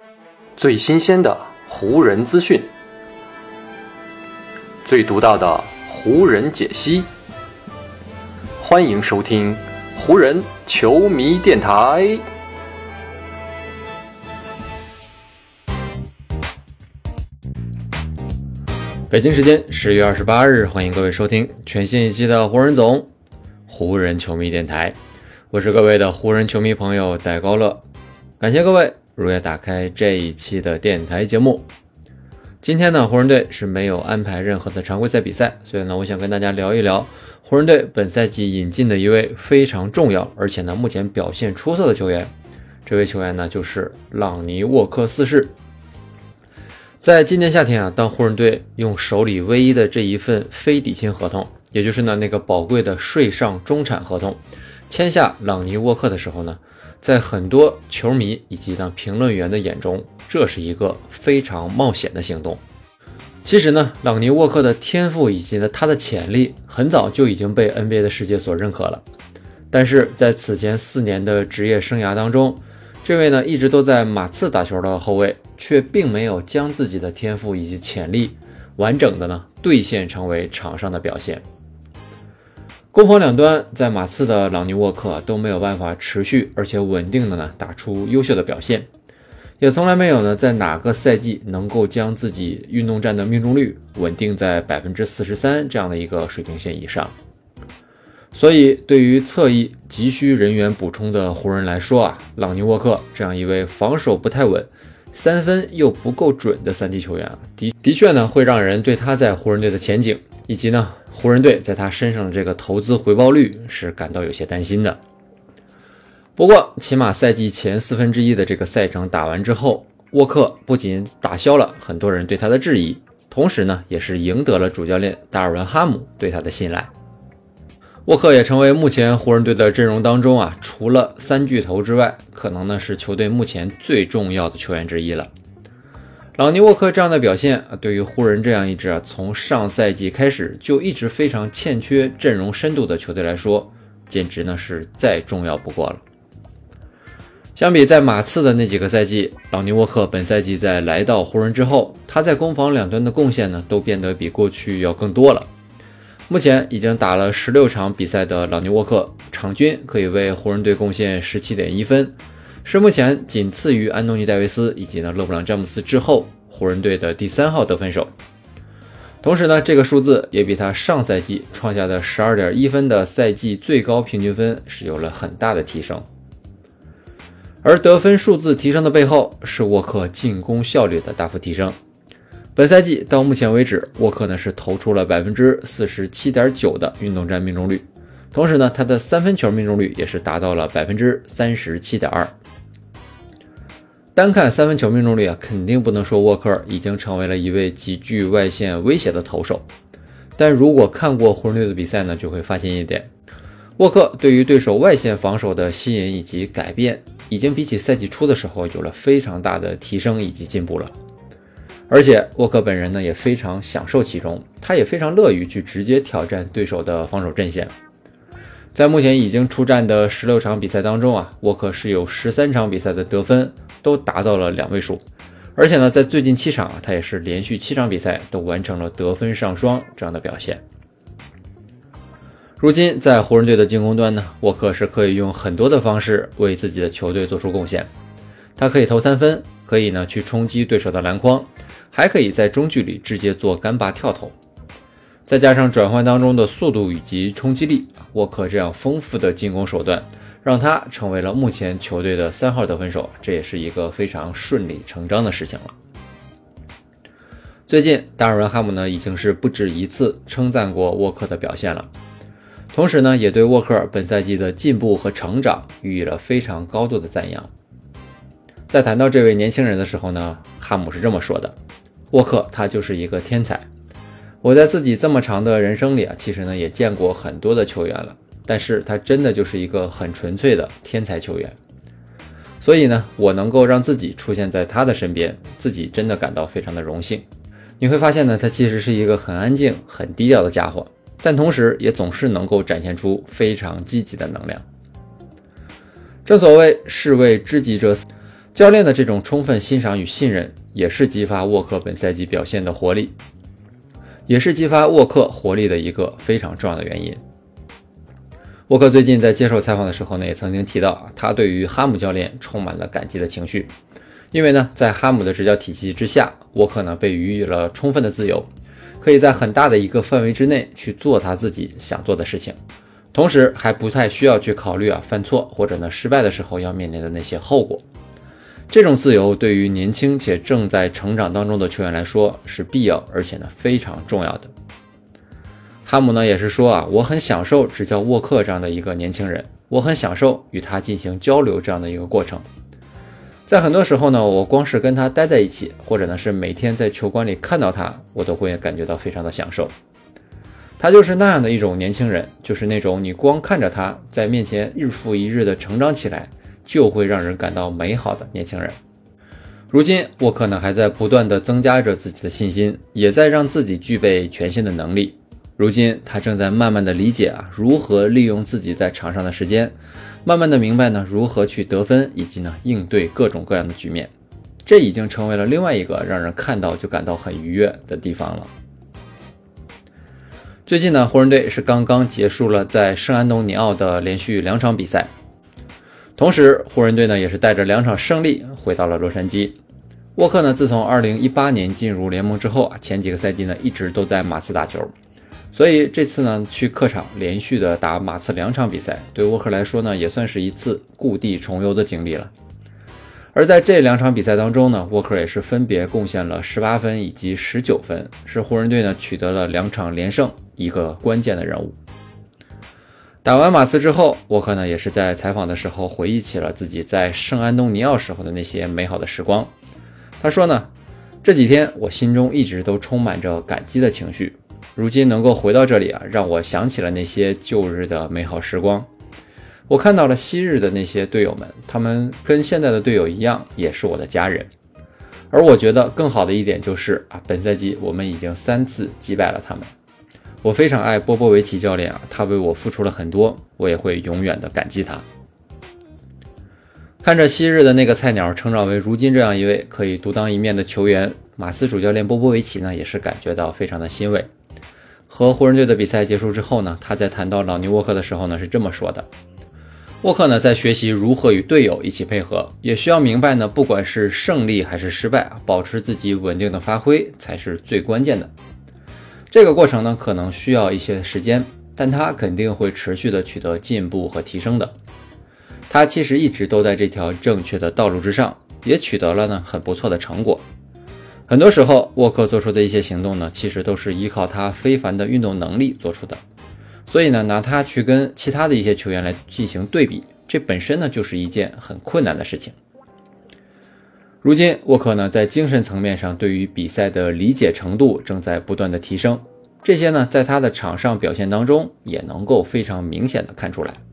最新鲜的湖人资讯，最独到的湖人解析。欢迎收听湖人球迷电台。北京时间10月28日，欢迎各位收听全新一期的湖人总湖人球迷电台。我是各位的湖人球迷朋友戴高乐，感谢各位如约打开这一期的电台节目。今天呢，湖人队是没有安排任何的常规赛比赛，所以呢，我想跟大家聊一聊湖人队本赛季引进的一位非常重要，而且呢，目前表现出色的球员。这位球员呢，就是朗尼沃克四世。在今年夏天啊，当湖人队用手里唯一的这一份非底薪合同，也就是呢那个宝贵的税上中产合同，签下朗尼沃克的时候呢，在很多球迷以及评论员的眼中，这是一个非常冒险的行动。其实呢，朗尼沃克的天赋以及他的潜力很早就已经被 NBA 的世界所认可了，但是在此前4年的职业生涯当中，这位呢一直都在马刺打球的后卫，却并没有将自己的天赋以及潜力完整的呢兑现成为场上的表现。攻防两端在马刺的朗尼沃克都没有办法持续而且稳定的呢打出优秀的表现，也从来没有呢在哪个赛季能够将自己运动战的命中率稳定在 43% 这样的一个水平线以上。所以对于侧翼急需人员补充的湖人来说啊，朗尼沃克这样一位防守不太稳、三分又不够准的3D 球员的确呢会让人对他在湖人队的前景以及呢湖人队在他身上的这个投资回报率是感到有些担心的。不过起码赛季前1/4的这个赛程打完之后，沃克不仅打消了很多人对他的质疑，同时呢也是赢得了主教练达尔文哈姆对他的信赖。沃克也成为目前湖人队的阵容当中啊，除了3巨头之外，可能呢是球队目前最重要的球员之一了。朗尼沃克这样的表现对于湖人这样一支从上赛季开始就一直非常欠缺阵容深度的球队来说，简直呢是再重要不过了。相比在马刺的那几个赛季，朗尼沃克本赛季在来到湖人之后，他在攻防两端的贡献呢都变得比过去要更多了。目前已经打了16场比赛的朗尼沃克，场均可以为湖人队贡献 17.1 分，是目前仅次于安东尼戴维斯以及勒布朗詹姆斯之后湖人队的第3号得分手。同时呢，这个数字也比他上赛季创下的 12.1 分的赛季最高平均分是有了很大的提升。而得分数字提升的背后，是沃克进攻效率的大幅提升。本赛季到目前为止，沃克呢是投出了 47.9% 的运动战命中率，同时呢他的三分球命中率也是达到了 37.2%。 单看三分球命中率肯定不能说沃克已经成为了一位极具外线威胁的投手，但如果看过湖人队的比赛呢，就会发现一点，沃克对于对手外线防守的吸引以及改变，已经比起赛季初的时候有了非常大的提升以及进步了。而且沃克本人呢也非常享受其中，他也非常乐于去直接挑战对手的防守阵线。在目前已经出战的16场比赛当中沃克是有13场比赛的得分都达到了2位数，而且呢在最近7场他也是连续7场比赛都完成了得分上双这样的表现。如今在湖人队的进攻端呢，沃克是可以用很多的方式为自己的球队做出贡献。他可以投3分，可以呢去冲击对手的篮筐，还可以在中距离直接做干拔跳投，再加上转换当中的速度以及冲击力，沃克这样丰富的进攻手段让他成为了目前球队的3号得分手，这也是一个非常顺理成章的事情了。最近达尔文哈姆呢已经是不止一次称赞过沃克的表现了，同时呢也对沃克本赛季的进步和成长予以了非常高度的赞扬。在谈到这位年轻人的时候呢，哈姆是这么说的，沃克他就是一个天才。我在自己这么长的人生里其实呢也见过很多的球员了，但是他真的就是一个很纯粹的天才球员。所以呢，我能够让自己出现在他的身边，自己真的感到非常的荣幸。你会发现呢，他其实是一个很安静、很低调的家伙，但同时也总是能够展现出非常积极的能量。正所谓士为知己者死， 教练的这种充分欣赏与信任，也是激发沃克本赛季表现的活力，也是激发沃克活力的一个非常重要的原因。沃克最近在接受采访的时候呢，也曾经提到他对于哈姆教练充满了感激的情绪，因为呢，在哈姆的执教体系之下，沃克呢被予以了充分的自由，可以在很大的一个范围之内去做他自己想做的事情，同时还不太需要去考虑犯错或者呢失败的时候要面临的那些后果。这种自由对于年轻且正在成长当中的球员来说是必要而且呢非常重要的。哈姆呢也是说我很享受执教沃克这样的一个年轻人，我很享受与他进行交流这样的一个过程。在很多时候呢，我光是跟他待在一起，或者呢是每天在球馆里看到他，我都会感觉到非常的享受。他就是那样的一种年轻人，就是那种你光看着他在面前日复一日的成长起来，就会让人感到美好的年轻人。如今沃克呢还在不断的增加着自己的信心，也在让自己具备全新的能力。如今他正在慢慢的理解如何利用自己在场上的时间，慢慢的明白呢如何去得分，以及呢应对各种各样的局面。这已经成为了另外一个让人看到就感到很愉悦的地方了。最近呢，湖人队是刚刚结束了在圣安东尼奥的连续2场比赛，同时湖人队呢也是带着2场胜利回到了洛杉矶。沃克呢自从2018年进入联盟之后前几个赛季呢一直都在马刺打球，所以这次呢去客场连续的打马刺2场比赛，对沃克来说呢也算是一次故地重游的经历了。而在这2场比赛当中呢，沃克也是分别贡献了18分以及19分，是湖人队呢取得了2场连胜一个关键的任务。打完马刺之后，沃克呢也是在采访的时候回忆起了自己在圣安东尼奥时候的那些美好的时光。他说呢，这几天我心中一直都充满着感激的情绪，如今能够回到这里让我想起了那些旧日的美好时光。我看到了昔日的那些队友们，他们跟现在的队友一样，也是我的家人。而我觉得更好的一点就是本赛季我们已经3次击败了他们。我非常爱波波维奇教练他为我付出了很多，我也会永远的感激他。看着昔日的那个菜鸟成长为如今这样一位可以独当一面的球员，马刺主教练波波维奇呢也是感觉到非常的欣慰。和湖人队的比赛结束之后呢，他在谈到老尼沃克的时候呢是这么说的：沃克呢在学习如何与队友一起配合，也需要明白呢不管是胜利还是失败保持自己稳定的发挥才是最关键的。这个过程呢可能需要一些时间，但他肯定会持续的取得进步和提升的。他其实一直都在这条正确的道路之上，也取得了呢很不错的成果。很多时候沃克做出的一些行动呢其实都是依靠他非凡的运动能力做出的，所以呢拿他去跟其他的一些球员来进行对比，这本身呢就是一件很困难的事情。如今沃克呢在精神层面上对于比赛的理解程度正在不断的提升，这些呢在他的场上表现当中也能够非常明显的看出来。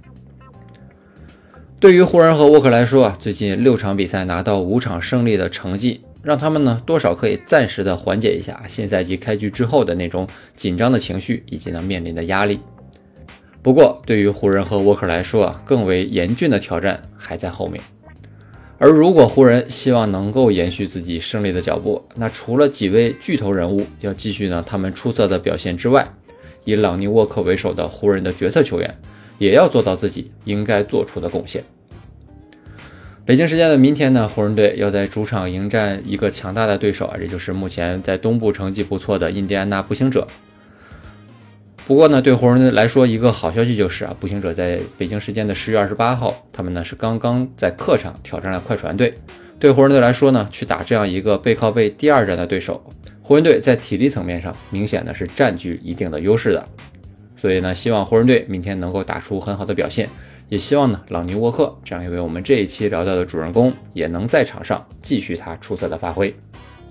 对于湖人和沃克来说最近6场比赛拿到5场胜利的成绩，让他们呢多少可以暂时的缓解一下新赛季开局之后的那种紧张的情绪以及呢面临的压力。不过对于湖人和沃克来说更为严峻的挑战还在后面。而如果湖人希望能够延续自己胜利的脚步，那除了几位巨头人物要继续呢他们出色的表现之外，以朗尼沃克为首的湖人的角色球员也要做到自己应该做出的贡献。北京时间的明天呢，湖人队要在主场迎战一个强大的对手也就是目前在东部成绩不错的印第安纳步行者。不过呢，对湖人队来说一个好消息就是步行者在北京时间的10月28号，他们呢是刚刚在客场挑战了快船队。对湖人队来说呢，去打这样一个背靠背第2战的对手，湖人队在体力层面上明显的是占据一定的优势的。所以呢，希望湖人队明天能够打出很好的表现，也希望呢朗尼沃克这样一位我们这一期聊到的主人公也能在场上继续他出色的发挥。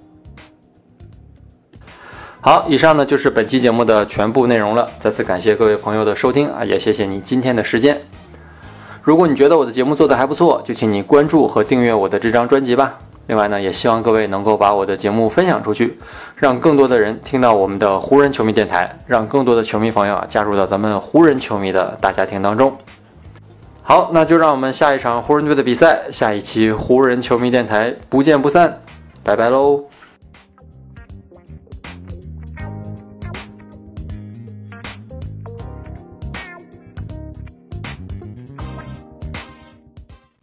好，以上呢就是本期节目的全部内容了，再次感谢各位朋友的收听也谢谢你今天的时间。如果你觉得我的节目做得还不错，就请你关注和订阅我的这张专辑吧。另外呢，也希望各位能够把我的节目分享出去，让更多的人听到我们的湖人球迷电台，让更多的球迷朋友加入到咱们湖人球迷的大家庭当中。 好，那就让我们下一场湖人队的比赛，下一期湖人球迷电台不见不散，拜拜喽。